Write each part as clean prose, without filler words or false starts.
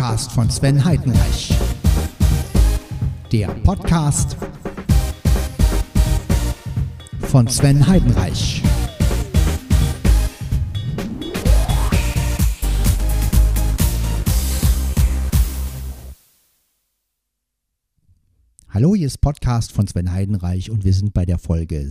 Podcast von Sven Heidenreich. Der Podcast von Sven Heidenreich. Hallo, hier ist Podcast von Sven Heidenreich und wir sind bei der Folge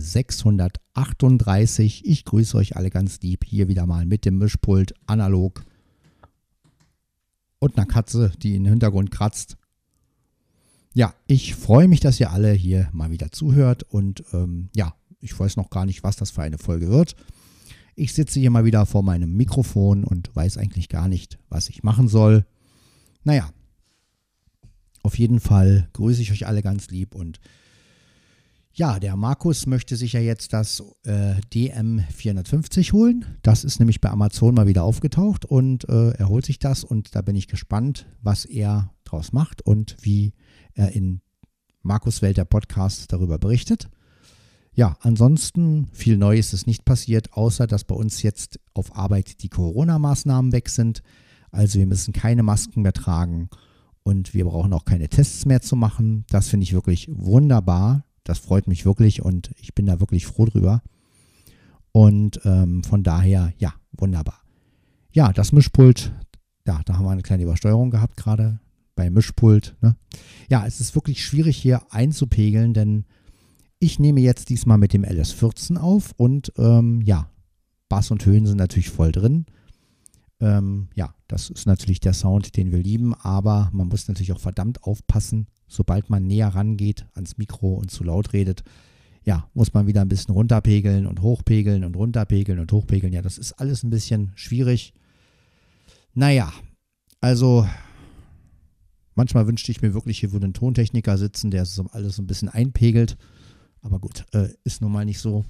638. Ich grüße euch alle ganz lieb, hier wieder mal mit dem Mischpult, analog und einer Katze, die im Hintergrund kratzt. Ja, ich freue mich, dass ihr alle hier mal wieder zuhört und ich weiß noch gar nicht, was das für eine Folge wird. Ich sitze hier mal wieder vor meinem Mikrofon und weiß eigentlich gar nicht, was ich machen soll. Naja, auf jeden Fall grüße ich euch alle ganz lieb und ja, der Markus möchte sich ja jetzt das DM450 holen. Das ist nämlich bei Amazon mal wieder aufgetaucht und er holt sich das und da bin ich gespannt, was er draus macht und wie er in Markus Welt der Podcast darüber berichtet. Ja, ansonsten viel Neues ist nicht passiert, außer dass bei uns jetzt auf Arbeit die Corona-Maßnahmen weg sind. Also wir müssen keine Masken mehr tragen und wir brauchen auch keine Tests mehr zu machen. Das finde ich wirklich wunderbar. Das freut mich wirklich und ich bin da wirklich froh drüber. Und von daher, ja, wunderbar. Ja, das Mischpult, ja, da haben wir eine kleine Übersteuerung gehabt gerade beim Mischpult. Ne? Ja, es ist wirklich schwierig hier einzupegeln, denn ich nehme jetzt diesmal mit dem LS14 auf und Bass und Höhen sind natürlich voll drin. Das ist natürlich der Sound, den wir lieben, aber man muss natürlich auch verdammt aufpassen, sobald man näher rangeht ans Mikro und zu laut redet, ja, muss man wieder ein bisschen runterpegeln und hochpegeln und runterpegeln und hochpegeln. Ja, das ist alles ein bisschen schwierig. Naja, also manchmal wünschte ich mir wirklich, hier würde ein Tontechniker sitzen, der so alles so ein bisschen einpegelt, aber gut, ist nun mal nicht so.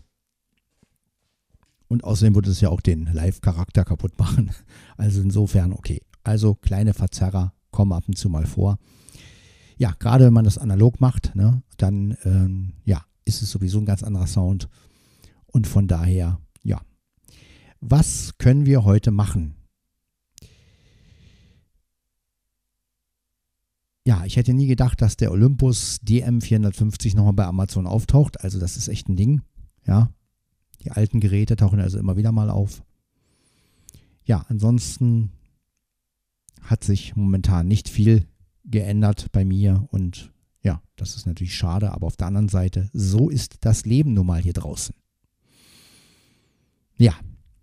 Und außerdem würde es ja auch den Live-Charakter kaputt machen. Also insofern okay. Also kleine Verzerrer kommen ab und zu mal vor. Ja, gerade wenn man das analog macht, ne, dann ist es sowieso ein ganz anderer Sound. Und von daher, ja. Was können wir heute machen? Ja, ich hätte nie gedacht, dass der Olympus DM450 nochmal bei Amazon auftaucht. Also das ist echt ein Ding, ja. Die alten Geräte tauchen also immer wieder mal auf. Ja, ansonsten hat sich momentan nicht viel geändert bei mir und ja, das ist natürlich schade, aber auf der anderen Seite, so ist das Leben nun mal hier draußen. Ja.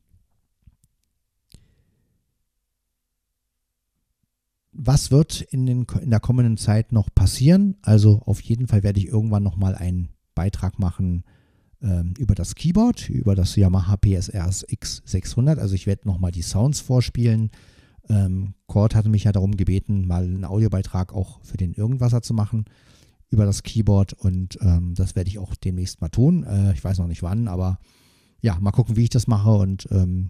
Was wird in der kommenden Zeit noch passieren? Also auf jeden Fall werde ich irgendwann nochmal einen Beitrag machen über das Keyboard, über das Yamaha PSRS X600. Also ich werde nochmal die Sounds vorspielen. Kurt hatte mich ja darum gebeten, mal einen Audiobeitrag auch für den Irgendwasser zu machen über das Keyboard und das werde ich auch demnächst mal tun. Ich weiß noch nicht wann, aber ja, mal gucken, wie ich das mache und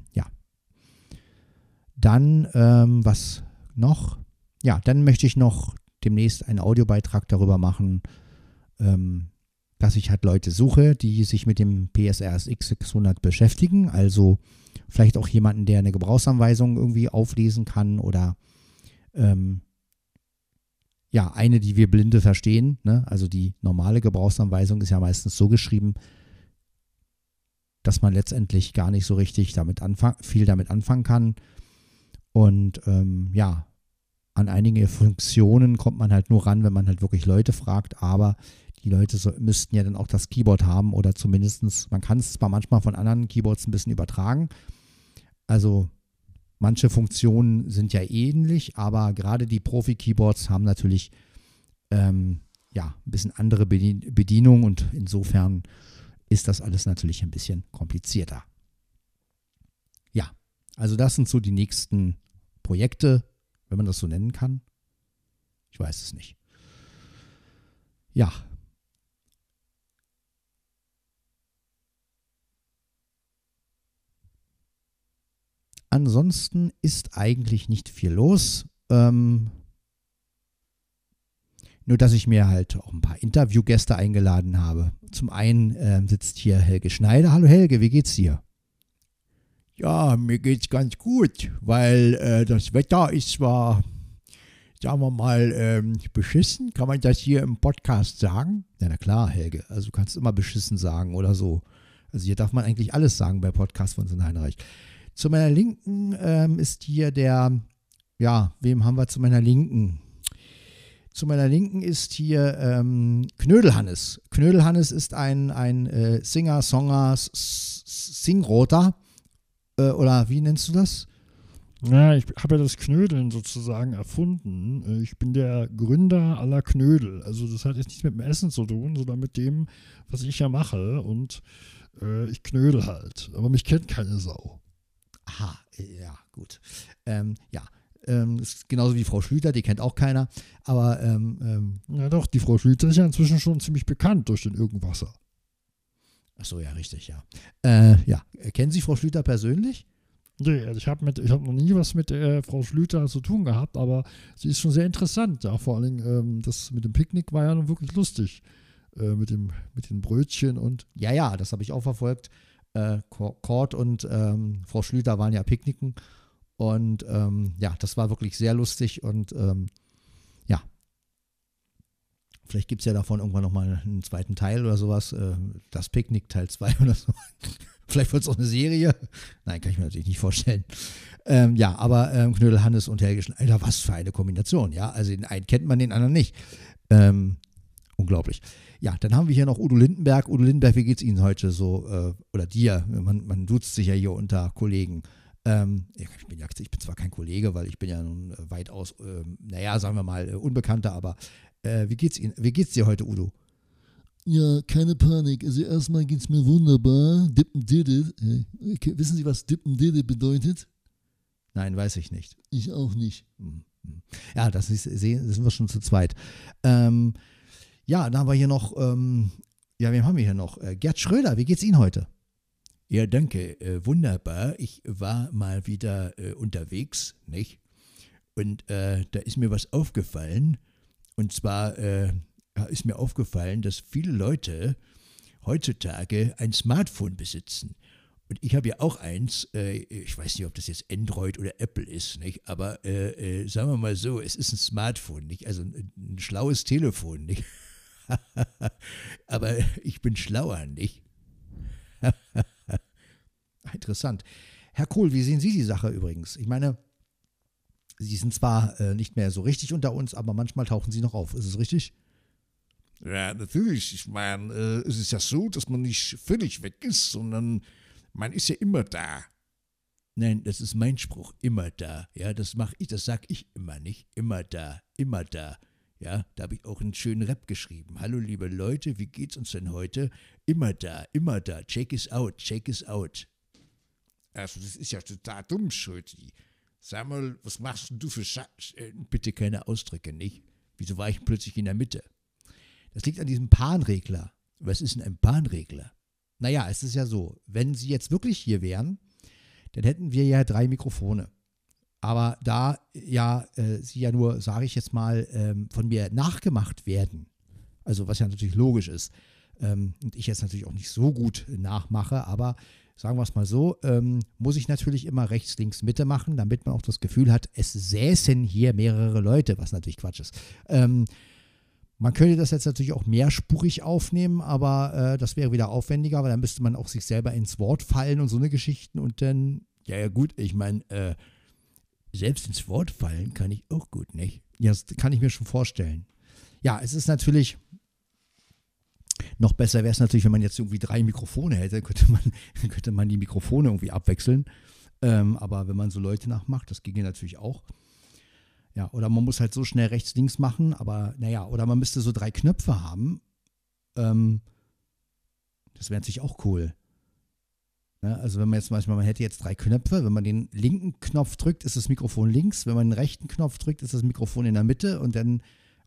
Dann, was noch? Ja, dann möchte ich noch demnächst einen Audiobeitrag darüber machen, dass ich halt Leute suche, die sich mit dem PSRS X600 beschäftigen. Also vielleicht auch jemanden, der eine Gebrauchsanweisung irgendwie auflesen kann oder eine, die wir Blinde verstehen. Ne? Also die normale Gebrauchsanweisung ist ja meistens so geschrieben, dass man letztendlich gar nicht so richtig viel damit anfangen kann. Und an einige Funktionen kommt man halt nur ran, wenn man halt wirklich Leute fragt, aber die Leute müssten ja dann auch das Keyboard haben oder zumindest, man kann es zwar manchmal von anderen Keyboards ein bisschen übertragen, also manche Funktionen sind ja ähnlich, aber gerade die Profi-Keyboards haben natürlich ein bisschen andere Bedienung und insofern ist das alles natürlich ein bisschen komplizierter. Ja, also das sind so die nächsten Projekte, wenn man das so nennen kann. Ich weiß es nicht. Ja. Ansonsten ist eigentlich nicht viel los. Nur, dass ich mir halt auch ein paar Interviewgäste eingeladen habe. Zum einen sitzt hier Helge Schneider. Hallo Helge, wie geht's dir? Ja, mir geht's ganz gut, weil das Wetter ist zwar sagen wir mal, beschissen? Kann man das hier im Podcast sagen? Ja, na klar, Helge. Also du kannst immer beschissen sagen oder so. Also hier darf man eigentlich alles sagen bei Podcast von Sven Heinrich. Zu meiner Linken ist hier wem haben wir zu meiner Linken? Zu meiner Linken ist hier Knödelhannes. Knödelhannes ist ein Singer, Songer, Singroter. Oder wie nennst du das? Ja, ich habe ja das Knödeln sozusagen erfunden. Ich bin der Gründer aller Knödel. Also das hat jetzt nichts mit dem Essen zu tun, sondern mit dem, was ich ja mache. Und ich knödel halt. Aber mich kennt keine Sau. Aha, ja, gut. Ist genauso wie Frau Schlüter, die kennt auch keiner. Aber ja doch, die Frau Schlüter ist ja inzwischen schon ziemlich bekannt durch den Irgendwasser. Ach so, ja, richtig, ja. Kennen Sie Frau Schlüter persönlich? Nee, also ich hab noch nie was mit Frau Schlüter zu tun gehabt, aber sie ist schon sehr interessant. Ja, vor allem das mit dem Picknick war ja nun wirklich lustig. Mit den Brötchen und. Ja, das habe ich auch verfolgt. Kort und Frau Schlüter waren ja picknicken. Und das war wirklich sehr lustig. Und vielleicht gibt es ja davon irgendwann nochmal einen zweiten Teil oder sowas. Das Picknick Teil 2 oder so. Vielleicht wird es auch eine Serie. Nein, kann ich mir natürlich nicht vorstellen. Aber Knödel Hannes und Helge Schneider, was für eine Kombination. Ja, also den einen kennt man, den anderen nicht. Unglaublich. Ja, dann haben wir hier noch Udo Lindenberg. Udo Lindenberg, wie geht's Ihnen heute so? Oder dir? Man duzt sich ja hier unter Kollegen. Ich bin zwar kein Kollege, weil ich bin ja nun weitaus, sagen wir mal, Unbekannter, aber wie geht's dir heute, Udo? Ja, keine Panik. Also erstmal geht's mir wunderbar. Dippendidde. Wissen Sie, was Dippendidde bedeutet? Nein, weiß ich nicht. Ich auch nicht. Ja, das sind wir schon zu zweit. Dann haben wir hier noch, wen haben wir hier noch? Gerd Schröder, wie geht's Ihnen heute? Ja, danke. Wunderbar. Ich war mal wieder unterwegs, nicht? Und da ist mir was aufgefallen. Und zwar ist mir aufgefallen, dass viele Leute heutzutage ein Smartphone besitzen. Und ich habe ja auch eins, ich weiß nicht, ob das jetzt Android oder Apple ist, nicht? Aber sagen wir mal so, es ist ein Smartphone, nicht? Also ein schlaues Telefon, nicht? Aber ich bin schlauer, nicht? Interessant. Herr Kohl, wie sehen Sie die Sache übrigens? Ich meine, Sie sind zwar nicht mehr so richtig unter uns, aber manchmal tauchen Sie noch auf. Ist es richtig? Ja, natürlich. Ich meine, es ist ja so, dass man nicht völlig weg ist, sondern man ist ja immer da. Nein, das ist mein Spruch, immer da. Ja, das sag ich immer nicht. Immer da, immer da. Ja, da habe ich auch einen schönen Rap geschrieben. Hallo, liebe Leute, wie geht's uns denn heute? Immer da, check it out, check it out. Also, das ist ja total dumm, Schulti. Sag mal, was machst du für bitte keine Ausdrücke, nicht? Wieso war ich plötzlich in der Mitte? Das liegt an diesem Panregler. Was ist denn ein Panregler? Naja, es ist ja so, wenn Sie jetzt wirklich hier wären, dann hätten wir ja 3 Mikrofone. Aber da Sie ja nur, sage ich jetzt mal, von mir nachgemacht werden, also was ja natürlich logisch ist, und ich jetzt natürlich auch nicht so gut nachmache, aber sagen wir es mal so, muss ich natürlich immer rechts, links, Mitte machen, damit man auch das Gefühl hat, es säßen hier mehrere Leute, was natürlich Quatsch ist. Man könnte das jetzt natürlich auch mehrspurig aufnehmen, aber das wäre wieder aufwendiger, weil dann müsste man auch sich selber ins Wort fallen und so eine Geschichten und dann, ja gut, ich meine, selbst ins Wort fallen kann ich auch gut, nicht? Ja, das kann ich mir schon vorstellen. Ja, es ist natürlich, noch besser wäre es natürlich, wenn man jetzt irgendwie 3 Mikrofone hätte, könnte man die Mikrofone irgendwie abwechseln. Aber wenn man so Leute nachmacht, das ginge natürlich auch. Ja, oder man muss halt so schnell rechts, links machen, aber naja, oder man müsste so 3 Knöpfe haben. Das wäre natürlich auch cool. Ja, also wenn man jetzt manchmal, man hätte jetzt 3 Knöpfe, wenn man den linken Knopf drückt, ist das Mikrofon links, wenn man den rechten Knopf drückt, ist das Mikrofon in der Mitte und dann,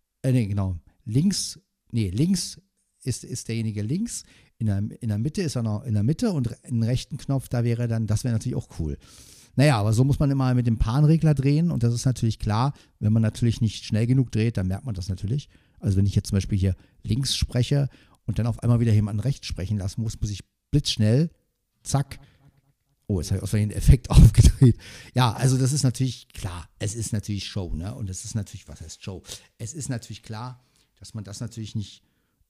links ist derjenige links, in der Mitte ist er noch in der Mitte und den rechten Knopf, das wäre natürlich auch cool. Naja, aber so muss man immer mit dem Panregler drehen und das ist natürlich klar, wenn man natürlich nicht schnell genug dreht, dann merkt man das natürlich. Also wenn ich jetzt zum Beispiel hier links spreche und dann auf einmal wieder jemanden rechts sprechen lassen muss ich blitzschnell, zack, Oh, jetzt habe ich aus den Effekt aufgedreht. Ja, also das ist natürlich klar. Es ist natürlich Show, ne? Und es ist natürlich, was heißt Show? Es ist natürlich klar, dass man das natürlich nicht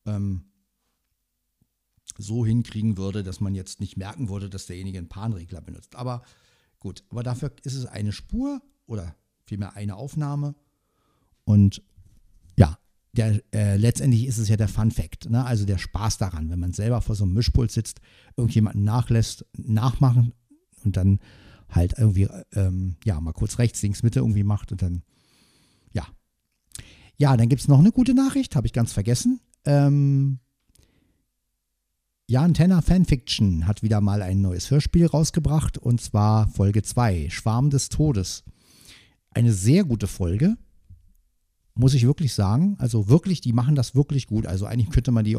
so hinkriegen würde, dass man jetzt nicht merken würde, dass derjenige einen Panregler benutzt. Aber gut, aber dafür ist es eine Spur oder vielmehr eine Aufnahme. Und ja, letztendlich ist es ja der Fun-Fact, ne? Also der Spaß daran, wenn man selber vor so einem Mischpult sitzt, irgendjemanden nachmachen und dann halt irgendwie, mal kurz rechts, links, Mitte irgendwie macht und dann, ja. Ja, dann gibt es noch eine gute Nachricht, habe ich ganz vergessen. Jan Tenner Fanfiction hat wieder mal ein neues Hörspiel rausgebracht und zwar Folge 2, Schwarm des Todes. Eine sehr gute Folge, muss ich wirklich sagen. Also wirklich, die machen das wirklich gut. Also eigentlich könnte man die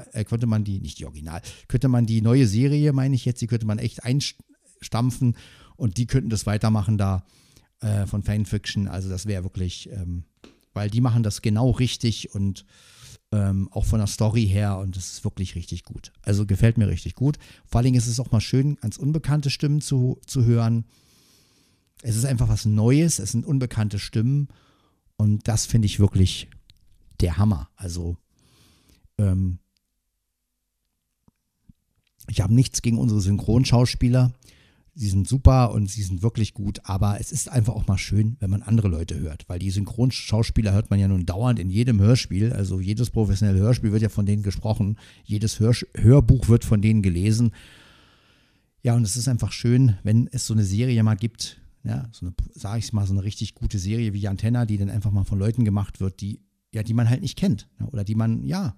neue Serie, meine ich jetzt, die könnte man echt einstampfen und die könnten das weitermachen da von Fanfiction. Also das wäre wirklich, weil die machen das genau richtig und auch von der Story her und das ist wirklich richtig gut. Also gefällt mir richtig gut. Vor allen Dingen ist es auch mal schön, ganz unbekannte Stimmen zu hören. Es ist einfach was Neues, es sind unbekannte Stimmen und das finde ich wirklich der Hammer. Also ich habe nichts gegen unsere Synchronschauspieler. Sie sind super und sie sind wirklich gut, aber es ist einfach auch mal schön, wenn man andere Leute hört, weil die Synchronschauspieler hört man ja nun dauernd in jedem Hörspiel, also jedes professionelle Hörspiel wird ja von denen gesprochen, jedes Hörbuch wird von denen gelesen. Ja, und es ist einfach schön, wenn es so eine Serie mal gibt, ja, so eine richtig gute Serie wie Jan Tenner, die dann einfach mal von Leuten gemacht wird, die man halt nicht kennt, ja, oder die man, ja,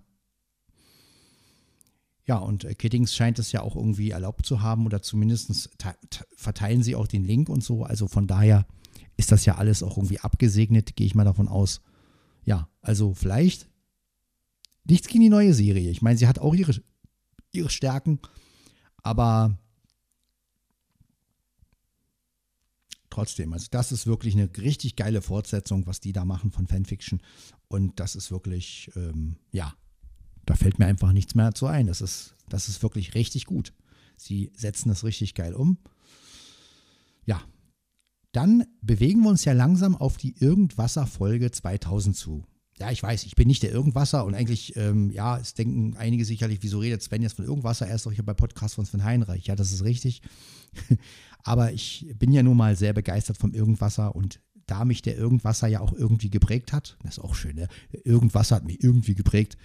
und Kiddings scheint es ja auch irgendwie erlaubt zu haben oder zumindest verteilen sie auch den Link und so. Also von daher ist das ja alles auch irgendwie abgesegnet, gehe ich mal davon aus. Ja, also vielleicht nichts gegen die neue Serie. Ich meine, sie hat auch ihre Stärken, aber trotzdem, also das ist wirklich eine richtig geile Fortsetzung, was die da machen von Fanfiction. Und das ist wirklich, da fällt mir einfach nichts mehr dazu ein. Das ist wirklich richtig gut. Sie setzen das richtig geil um. Ja, dann bewegen wir uns ja langsam auf die Irgendwasser-Folge 2000 zu. Ja, ich weiß, ich bin nicht der Irgendwasser und eigentlich, es denken einige sicherlich, wieso redet Sven jetzt von Irgendwasser? Er ist doch hier bei Podcast von Sven Heinreich. Ja, das ist richtig. Aber ich bin ja nun mal sehr begeistert vom Irgendwasser und da mich der Irgendwasser ja auch irgendwie geprägt hat, das ist auch schön, ne? Der Irgendwasser hat mich irgendwie geprägt,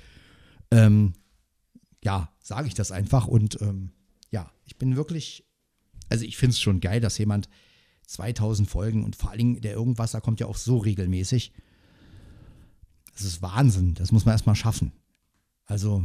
sage ich das einfach und ich bin wirklich, also ich finde es schon geil, dass jemand 2000 Folgen und vor allen Dingen der Irgendwasser kommt ja auch so regelmäßig. Das ist Wahnsinn, das muss man erstmal schaffen. Also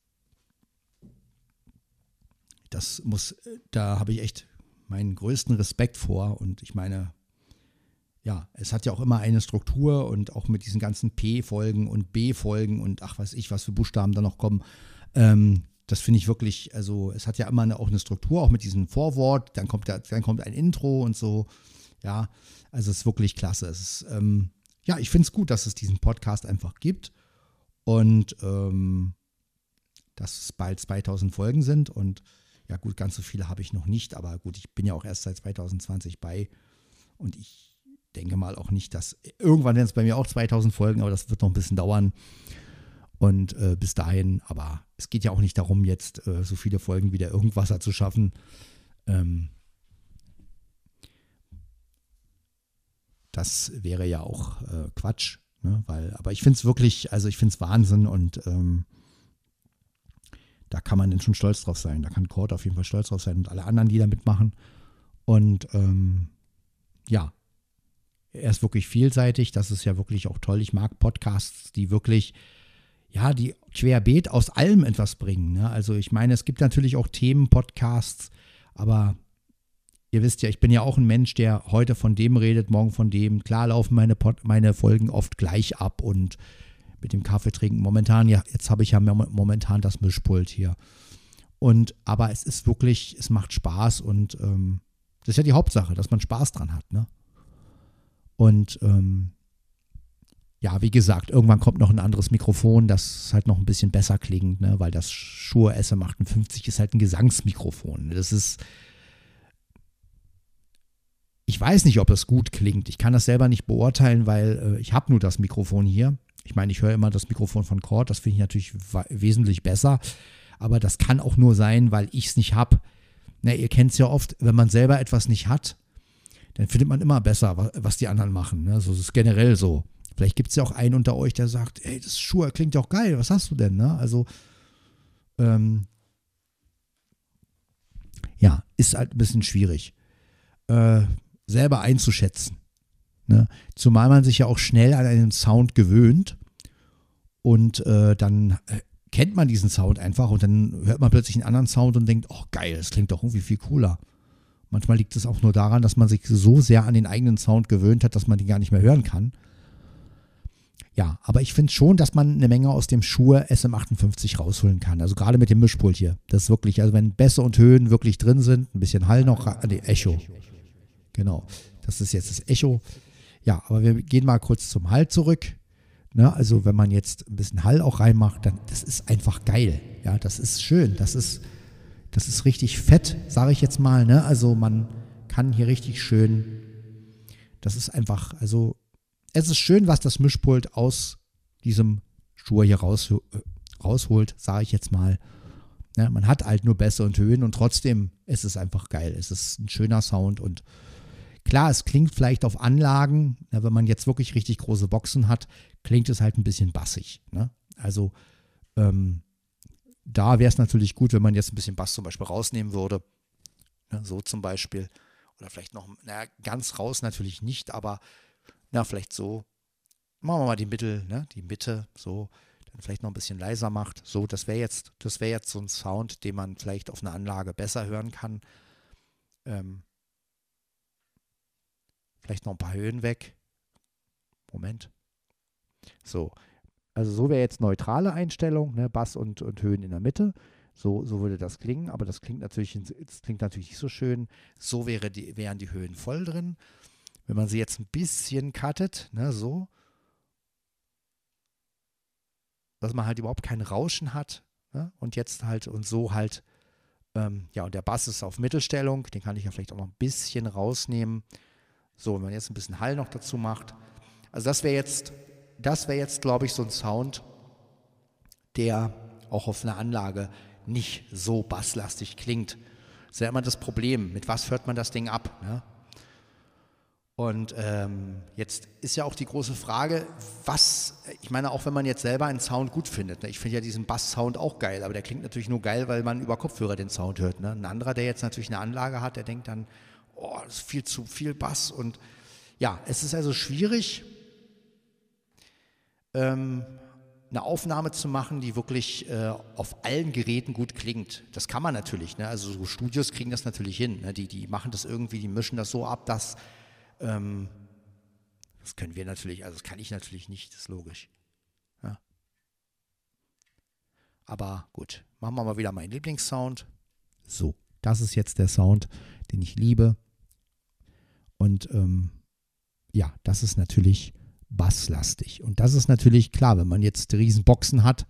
da habe ich echt meinen größten Respekt vor und ich meine, ja, es hat ja auch immer eine Struktur und auch mit diesen ganzen P-Folgen und B-Folgen und ach weiß ich, was für Buchstaben da noch kommen. Das finde ich wirklich, also es hat ja immer auch eine Struktur, auch mit diesem Vorwort, dann kommt ein Intro und so. Ja, also es ist wirklich klasse. Es ist, ich finde es gut, dass es diesen Podcast einfach gibt und dass es bald 2000 Folgen sind und ja gut, ganz so viele habe ich noch nicht, aber gut, ich bin ja auch erst seit 2020 bei und ich denke mal auch nicht, dass irgendwann werden es bei mir auch 2000 Folgen, aber das wird noch ein bisschen dauern und bis dahin, aber es geht ja auch nicht darum, jetzt so viele Folgen wie der Irgendwasser zu schaffen. Das wäre ja auch Quatsch, ne? Aber ich finde es wirklich, also ich finde es Wahnsinn und da kann man denn schon stolz drauf sein. Da kann Kurt auf jeden Fall stolz drauf sein und alle anderen, die da mitmachen und er ist wirklich vielseitig, das ist ja wirklich auch toll. Ich mag Podcasts, die wirklich, die querbeet aus allem etwas bringen. Ne? Also ich meine, es gibt natürlich auch Themen-Podcasts, aber ihr wisst ja, ich bin ja auch ein Mensch, der heute von dem redet, morgen von dem. Klar laufen meine Folgen oft gleich ab und mit dem Kaffee trinken. Momentan, jetzt habe ich ja momentan das Mischpult hier. Aber es ist wirklich, es macht Spaß und das ist ja die Hauptsache, dass man Spaß dran hat, ne? Und wie gesagt, irgendwann kommt noch ein anderes Mikrofon, das halt noch ein bisschen besser klingt, ne? Weil das Shure SM58 ist halt ein Gesangsmikrofon. Das ist, Ich weiß nicht, ob es gut klingt. Ich kann das selber nicht beurteilen, weil ich habe nur das Mikrofon hier. Ich meine, ich höre immer das Mikrofon von Cord, das finde ich natürlich wesentlich besser. Aber das kann auch nur sein, weil ich es nicht habe. Ihr kennt es ja oft, wenn man selber etwas nicht hat, dann findet man immer besser, was die anderen machen. Ne? So, das ist generell so. Vielleicht gibt es ja auch einen unter euch, der sagt, ey, das Schuhe klingt doch geil, was hast du denn? Ne? Also, ja, ist halt ein bisschen schwierig, selber einzuschätzen. Ne? Zumal man sich ja auch schnell an einen Sound gewöhnt und dann kennt man diesen Sound einfach und dann hört man plötzlich einen anderen Sound und denkt, oh geil, das klingt doch irgendwie viel cooler. Manchmal liegt es auch nur daran, dass man sich so sehr an den eigenen Sound gewöhnt hat, dass man den gar nicht mehr hören kann. Ja, aber ich finde schon, dass man eine Menge aus dem Shure SM58 rausholen kann. Also gerade mit dem Mischpult hier. Das ist wirklich, also wenn Bässe und Höhen wirklich drin sind, ein bisschen Hall noch, Echo. Genau, das ist jetzt das Echo. Ja, aber wir gehen mal kurz zum Hall zurück. Ne, also wenn man jetzt ein bisschen Hall auch reinmacht, dann das ist einfach geil. Ja, das ist schön. Das ist richtig fett, sage ich jetzt mal. Ne? Also man kann hier richtig schön, das ist einfach, also es ist schön, was das Mischpult aus diesem Shure hier rausholt, sage ich jetzt mal. Ja, man hat halt nur Bässe und Höhen und trotzdem ist es einfach geil. Es ist ein schöner Sound und klar, es klingt vielleicht auf Anlagen, ja, wenn man jetzt wirklich richtig große Boxen hat, klingt es halt ein bisschen bassig. Ne? Also da wäre es natürlich gut, wenn man jetzt ein bisschen Bass zum Beispiel rausnehmen würde. Ne? So zum Beispiel. Oder vielleicht noch, ganz raus natürlich nicht, aber vielleicht so, machen wir mal die Mitte, so, dann vielleicht noch ein bisschen leiser macht. So, das wäre jetzt so ein Sound, den man vielleicht auf einer Anlage besser hören kann. Vielleicht noch ein paar Höhen weg. Moment. So, also so wäre jetzt neutrale Einstellung, ne? Bass und Höhen in der Mitte. So würde das klingen, aber das klingt natürlich nicht so schön. So wären die Höhen voll drin. Wenn man sie jetzt ein bisschen cuttet, ne, so, dass man halt überhaupt kein Rauschen hat, ne, und jetzt halt und so halt, und der Bass ist auf Mittelstellung, den kann ich ja vielleicht auch noch ein bisschen rausnehmen. So, wenn man jetzt ein bisschen Hall noch dazu macht. Also das wäre jetzt, glaube ich, so ein Sound, der auch auf einer Anlage nicht so basslastig klingt. Das ist ja immer das Problem, mit was hört man das Ding ab, ne? Und jetzt ist ja auch die große Frage, ich meine, auch wenn man jetzt selber einen Sound gut findet, ne? Ich finde ja diesen Bass-Sound auch geil, aber der klingt natürlich nur geil, weil man über Kopfhörer den Sound hört. Ne? Ein anderer, der jetzt natürlich eine Anlage hat, der denkt dann, oh, das ist viel zu viel Bass. Und ja, es ist also schwierig, eine Aufnahme zu machen, die wirklich auf allen Geräten gut klingt. Das kann man natürlich, ne? Also so Studios kriegen das natürlich hin. Ne? Die machen das irgendwie, die mischen das so ab, dass das können wir natürlich, also das kann ich natürlich nicht, das ist logisch. Ja. Aber gut, machen wir mal wieder meinen Lieblingssound. So, das ist jetzt der Sound, den ich liebe. Und das ist natürlich basslastig. Und das ist natürlich klar, wenn man jetzt riesen Boxen hat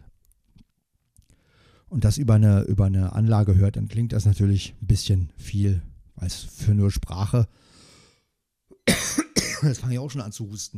und das über eine Anlage hört, dann klingt das natürlich ein bisschen viel, als für nur Sprache. Jetzt fange ich auch schon an zu husten.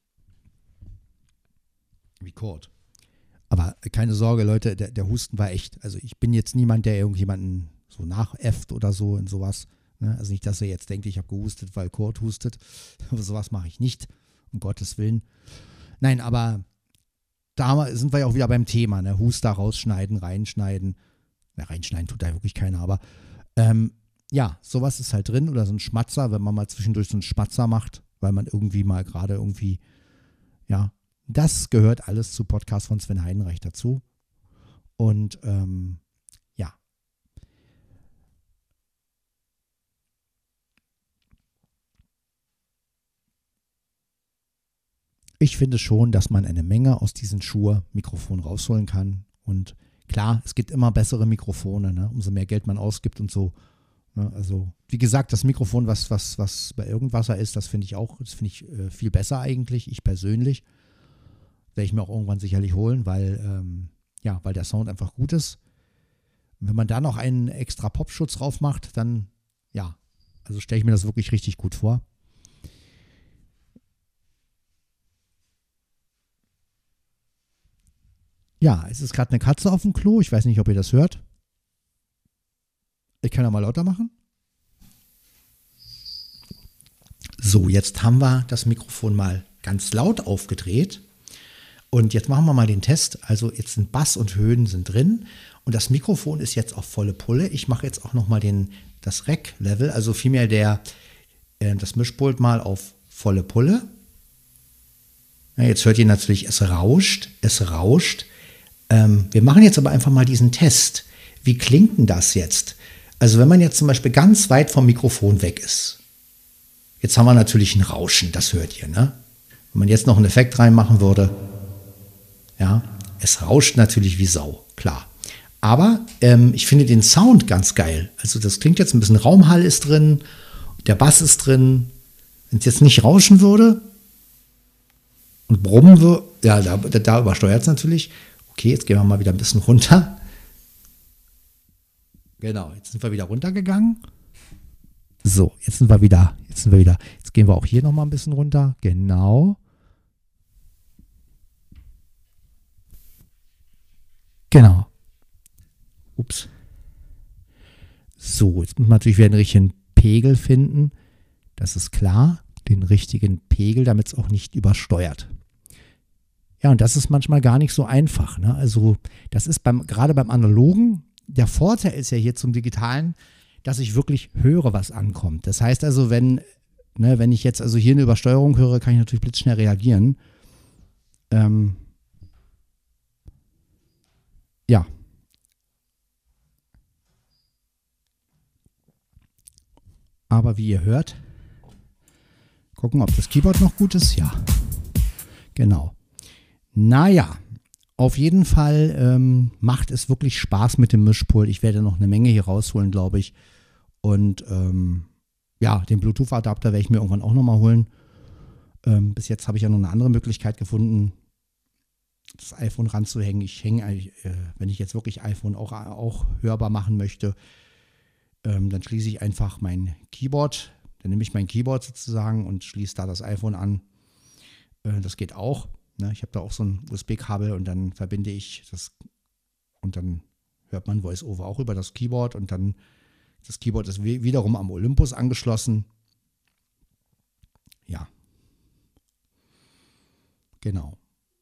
Wie Cord. Aber keine Sorge, Leute, der Husten war echt. Also ich bin jetzt niemand, der irgendjemanden so nachäfft oder so in sowas. Ne? Also nicht, dass ihr jetzt denkt, ich habe gehustet, weil Cord hustet. Aber sowas mache ich nicht, um Gottes Willen. Nein, aber da sind wir ja auch wieder beim Thema. Ne? Huster rausschneiden, reinschneiden. Reinschneiden tut da wirklich keiner, aber sowas ist halt drin. Oder so ein Schmatzer, wenn man mal zwischendurch so einen Schmatzer macht, weil man irgendwie mal gerade irgendwie, das gehört alles zu Podcast von Sven Heidenreich dazu. Und ich finde schon, dass man eine Menge aus diesen Shure-Mikrofonen rausholen kann. Und klar, es gibt immer bessere Mikrofone, ne? Umso mehr Geld man ausgibt und so. Ne? Also, wie gesagt, das Mikrofon, was bei Irgendwasser ist, das finde ich viel besser eigentlich, ich persönlich. Werde ich mir auch irgendwann sicherlich holen, weil der Sound einfach gut ist. Und wenn man da noch einen extra Popschutz drauf macht, dann Also stelle ich mir das wirklich richtig gut vor. Ja, es ist gerade eine Katze auf dem Klo. Ich weiß nicht, ob ihr das hört. Ich kann ja mal lauter machen. So, jetzt haben wir das Mikrofon mal ganz laut aufgedreht. Und jetzt machen wir mal den Test. Also jetzt sind Bass und Höhen sind drin. Und das Mikrofon ist jetzt auf volle Pulle. Ich mache jetzt auch nochmal das Rec-Level, also vielmehr das Mischpult mal auf volle Pulle. Ja, jetzt hört ihr natürlich, es rauscht. Wir machen jetzt aber einfach mal diesen Test. Wie klingt denn das jetzt? Also wenn man jetzt zum Beispiel ganz weit vom Mikrofon weg ist. Jetzt haben wir natürlich ein Rauschen, das hört ihr, ne? Wenn man jetzt noch einen Effekt reinmachen würde, ja, es rauscht natürlich wie Sau, klar. Aber ich finde den Sound ganz geil. Also das klingt jetzt ein bisschen, Raumhall ist drin, der Bass ist drin. Wenn es jetzt nicht rauschen würde und brummen würde, ja, da übersteuert es natürlich. Okay, jetzt gehen wir mal wieder ein bisschen runter. Genau, jetzt sind wir wieder runtergegangen. So, jetzt gehen wir auch hier nochmal ein bisschen runter. Genau. Genau. Ups. So, jetzt muss man natürlich wieder den richtigen Pegel finden. Das ist klar. Den richtigen Pegel, damit es auch nicht übersteuert. Ja, und das ist manchmal gar nicht so einfach, ne? Also, das ist gerade beim Analogen, der Vorteil ist ja hier zum Digitalen, dass ich wirklich höre, was ankommt. Das heißt also, wenn ich jetzt also hier eine Übersteuerung höre, kann ich natürlich blitzschnell reagieren. Ja. Aber wie ihr hört, gucken, ob das Keyboard noch gut ist. Ja, genau. Naja, auf jeden Fall macht es wirklich Spaß mit dem Mischpult. Ich werde noch eine Menge hier rausholen, glaube ich. Und ja, den Bluetooth-Adapter werde ich mir irgendwann auch nochmal holen. Bis jetzt habe ich ja noch eine andere Möglichkeit gefunden, das iPhone ranzuhängen. Ich hänge, wenn ich jetzt wirklich iPhone auch hörbar machen möchte, dann schließe ich einfach mein Keyboard. Dann nehme ich mein Keyboard sozusagen und schließe da das iPhone an. Das geht auch. Ne? Ich habe da auch so ein USB-Kabel und dann verbinde ich das und dann hört man VoiceOver auch über das Keyboard und dann das Keyboard ist wiederum am Olympus angeschlossen. Ja. Genau.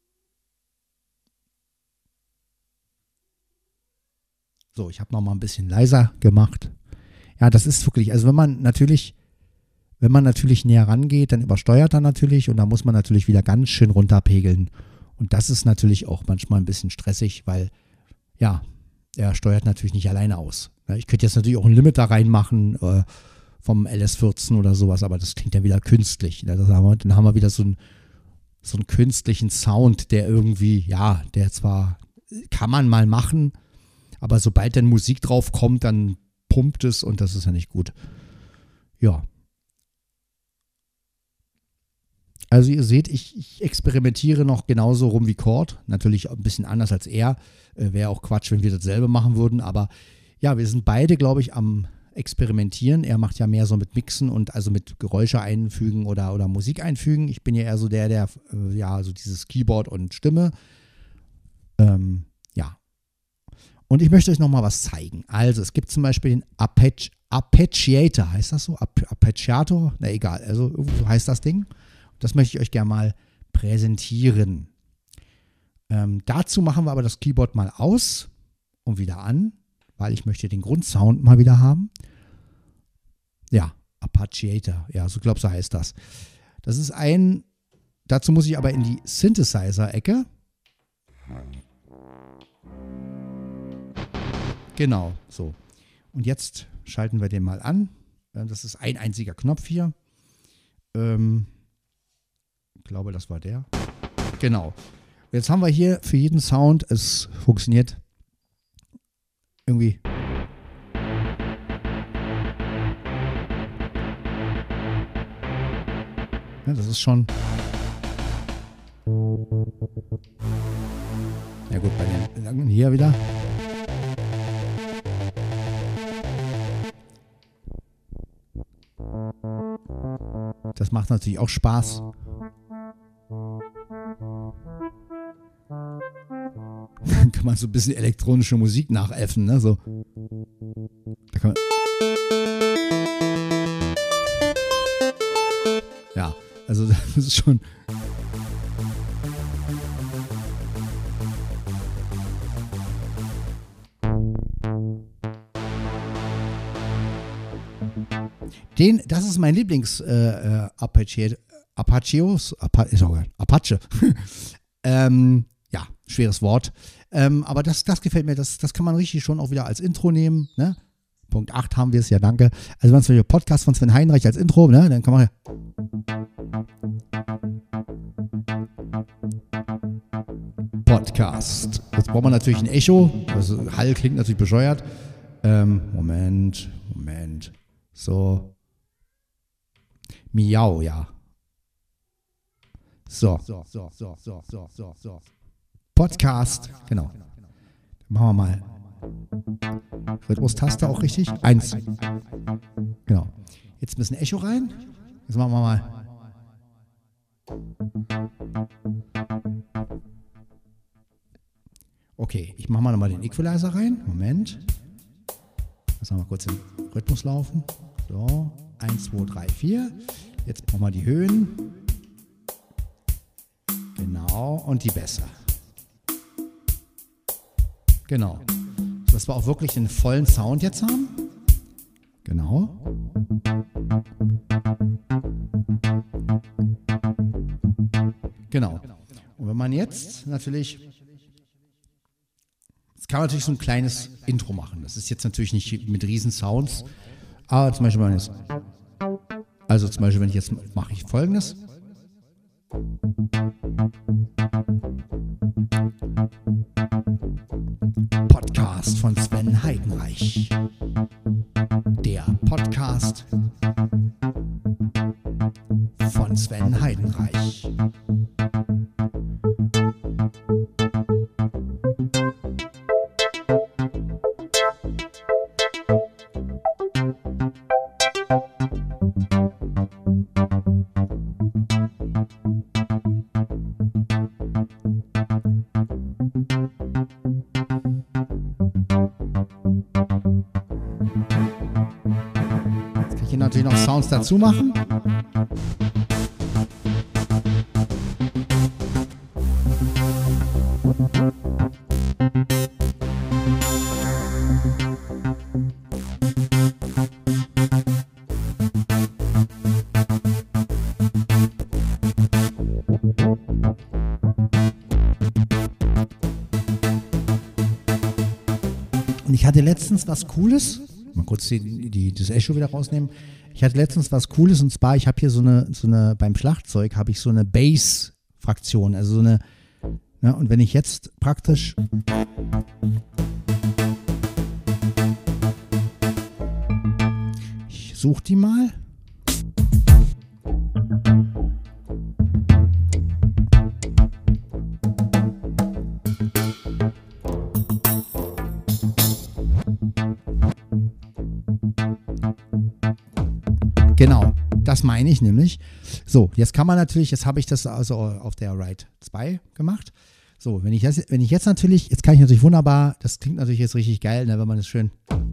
So, ich habe noch mal ein bisschen leiser gemacht. Ja, das ist wirklich, also wenn man natürlich näher rangeht, dann übersteuert er natürlich und da muss man natürlich wieder ganz schön runterpegeln. Und das ist natürlich auch manchmal ein bisschen stressig, weil, ja, er steuert natürlich nicht alleine aus. Ich könnte jetzt natürlich auch ein Limiter reinmachen vom LS14 oder sowas, aber das klingt ja wieder künstlich. Dann haben wir wieder so einen künstlichen Sound, der irgendwie, ja, der zwar, kann man mal machen, aber sobald dann Musik drauf kommt, dann pumpt es und das ist ja nicht gut. Ja. Also ihr seht, ich experimentiere noch genauso rum wie Cord. Natürlich ein bisschen anders als er. Wäre auch Quatsch, wenn wir dasselbe machen würden. Aber ja, wir sind beide, glaube ich, am Experimentieren. Er macht ja mehr so mit Mixen und also mit Geräusche einfügen oder Musik einfügen. Ich bin ja eher so der ja, so dieses Keyboard und Stimme. Ja. Und ich möchte euch noch mal was zeigen. Also es gibt zum Beispiel den Arpeggiator. Heißt das so? Arpeggiator? Na egal. Also so heißt das Ding. Das möchte ich euch gerne mal präsentieren. Dazu machen wir aber das Keyboard mal aus und wieder an, weil ich möchte den Grundsound mal wieder haben. Ja, Arpeggiator. Ja, so glaube ich, so heißt das. Das ist dazu muss ich aber in die Synthesizer-Ecke. Genau, so. Und jetzt schalten wir den mal an. Das ist ein einziger Knopf hier. Ich glaube, das war der. Genau. Jetzt haben wir hier für jeden Sound, es funktioniert irgendwie. Ja, das ist schon. Ja gut, bei den langen hier wieder. macht natürlich auch Spaß. Kann man so ein bisschen elektronische Musik nachäffen, ne? So. Da kann man ja, also das ist schon. Das ist mein Lieblings Apache. Ja, schweres Wort. Aber das gefällt mir, das kann man richtig schon auch wieder als Intro nehmen. Ne? Punkt 8 haben wir es, ja, danke. Also wenn es für Podcast von Sven Heinrich als Intro, ne, dann kann man Podcast. Jetzt braucht man natürlich ein Echo. Also Hall klingt natürlich bescheuert. Moment. So. Miau, ja. So. Podcast, genau. Dann machen wir mal Rhythmus-Taste auch richtig. 1. Genau. Jetzt ein bisschen Echo rein. Jetzt machen wir mal. Okay, ich mache mal nochmal den Equalizer rein. Moment. Lass mal kurz den Rhythmus laufen. So, 1, 2, 3, 4. Jetzt brauchen wir die Höhen. Genau, und die Bässe. Genau. Dass wir auch wirklich den vollen Sound jetzt haben. Genau. Genau. Und wenn man jetzt natürlich, jetzt kann man natürlich so ein kleines Intro machen. Das ist jetzt natürlich nicht mit riesen Sounds, aber zum Beispiel, wenn ich jetzt mache ich Folgendes. Podcast von Sven Heidenreich. Der Podcast von Sven Heidenreich. Natürlich noch Sounds dazu machen. Und ich hatte letztens was Cooles. Mal kurz das Echo wieder rausnehmen. Ich hatte letztens was Cooles, und zwar, ich habe hier so eine beim Schlagzeug habe ich so eine Bass-Fraktion, also so eine, ja, und wenn ich jetzt praktisch ich suche die mal. Genau, das meine ich nämlich. So, jetzt kann man natürlich, jetzt habe ich das also auf der Ride 2 gemacht. So, wenn ich jetzt natürlich, jetzt kann ich natürlich wunderbar, das klingt natürlich jetzt richtig geil, ne, wenn man das schön.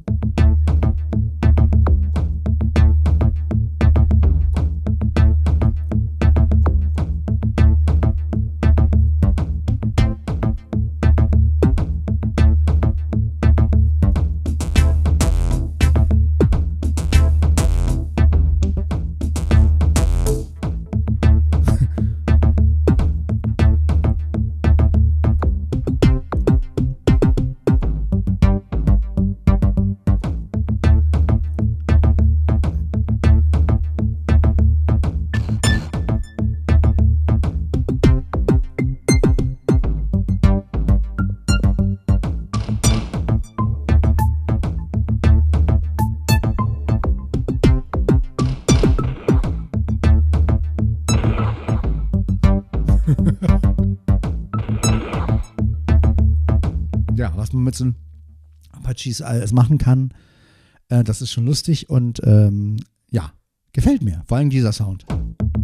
Ja, was man mit so einem Apaches alles machen kann, das ist schon lustig und ja, gefällt mir. Vor allem dieser Sound.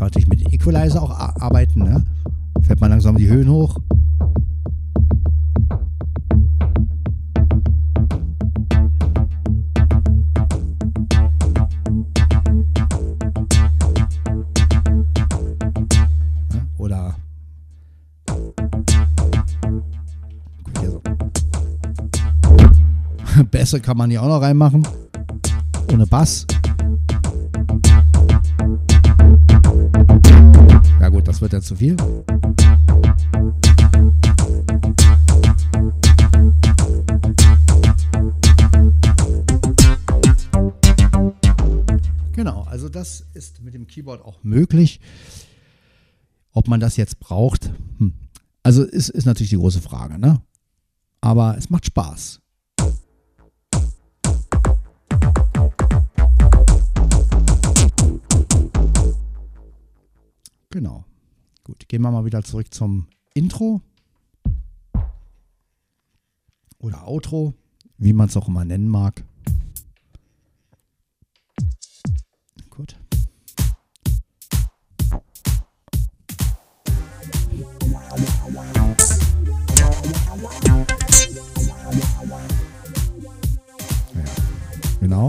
kann natürlich mit dem Equalizer auch arbeiten, ne? Fährt man langsam die Höhen hoch. Ja, oder guck hier so. Bässe kann man hier auch noch reinmachen. Ohne Bass. Ja gut, das wird ja zu viel. Genau, also das ist mit dem Keyboard auch möglich. Ob man das jetzt braucht, also ist natürlich die große Frage, ne? Aber es macht Spaß. Genau. Gut, gehen wir mal wieder zurück zum Intro oder Outro, wie man es auch immer nennen mag. Gut. Ja, genau.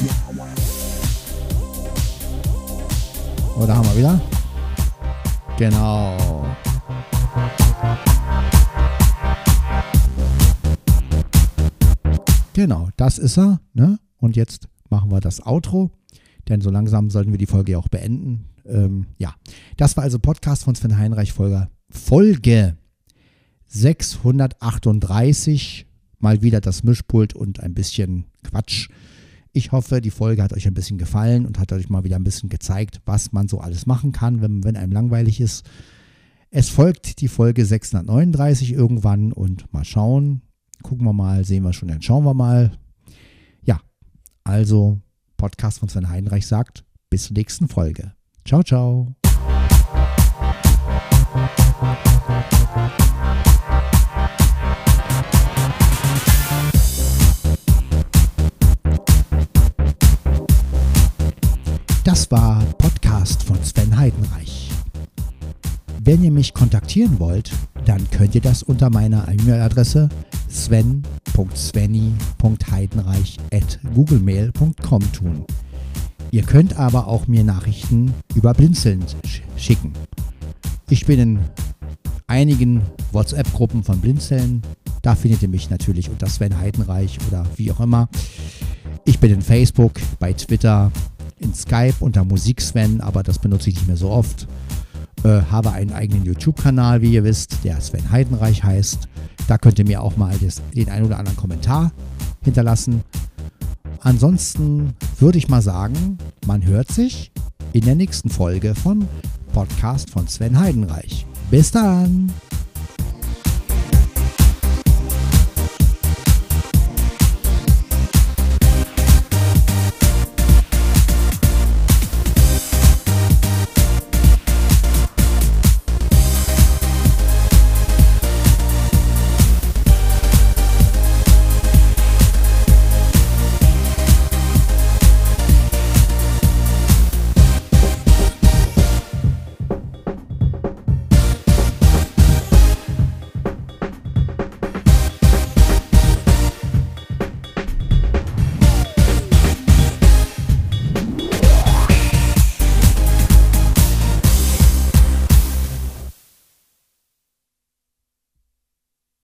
Oh, da haben wir wieder. Genau. Genau, das ist er. Ne? Und jetzt machen wir das Outro, denn so langsam sollten wir die Folge auch beenden. Ja, das war also Podcast von Sven Heinreich, Folge 638. Mal wieder das Mischpult und ein bisschen Quatsch. Ich hoffe, die Folge hat euch ein bisschen gefallen und hat euch mal wieder ein bisschen gezeigt, was man so alles machen kann, wenn einem langweilig ist. Es folgt die Folge 639 irgendwann und mal schauen. Gucken wir mal, sehen wir schon, dann schauen wir mal. Ja, also Podcast von Sven Heinreich sagt, bis zur nächsten Folge. Ciao, ciao. Das war Podcast von Sven Heidenreich. Wenn ihr mich kontaktieren wollt, dann könnt ihr das unter meiner E-Mail-Adresse sven.svenny.heidenreich@googlemail.com tun. Ihr könnt aber auch mir Nachrichten über Blinzeln schicken. Ich bin in einigen WhatsApp-Gruppen von Blinzeln. Da findet ihr mich natürlich unter Sven Heidenreich oder wie auch immer. Ich bin in Facebook, bei Twitter, in Skype unter Musiksven, aber das benutze ich nicht mehr so oft. Habe einen eigenen YouTube-Kanal, wie ihr wisst, der Sven Heidenreich heißt. Da könnt ihr mir auch mal den ein oder anderen Kommentar hinterlassen. Ansonsten würde ich mal sagen, man hört sich in der nächsten Folge von Podcast von Sven Heidenreich. Bis dann!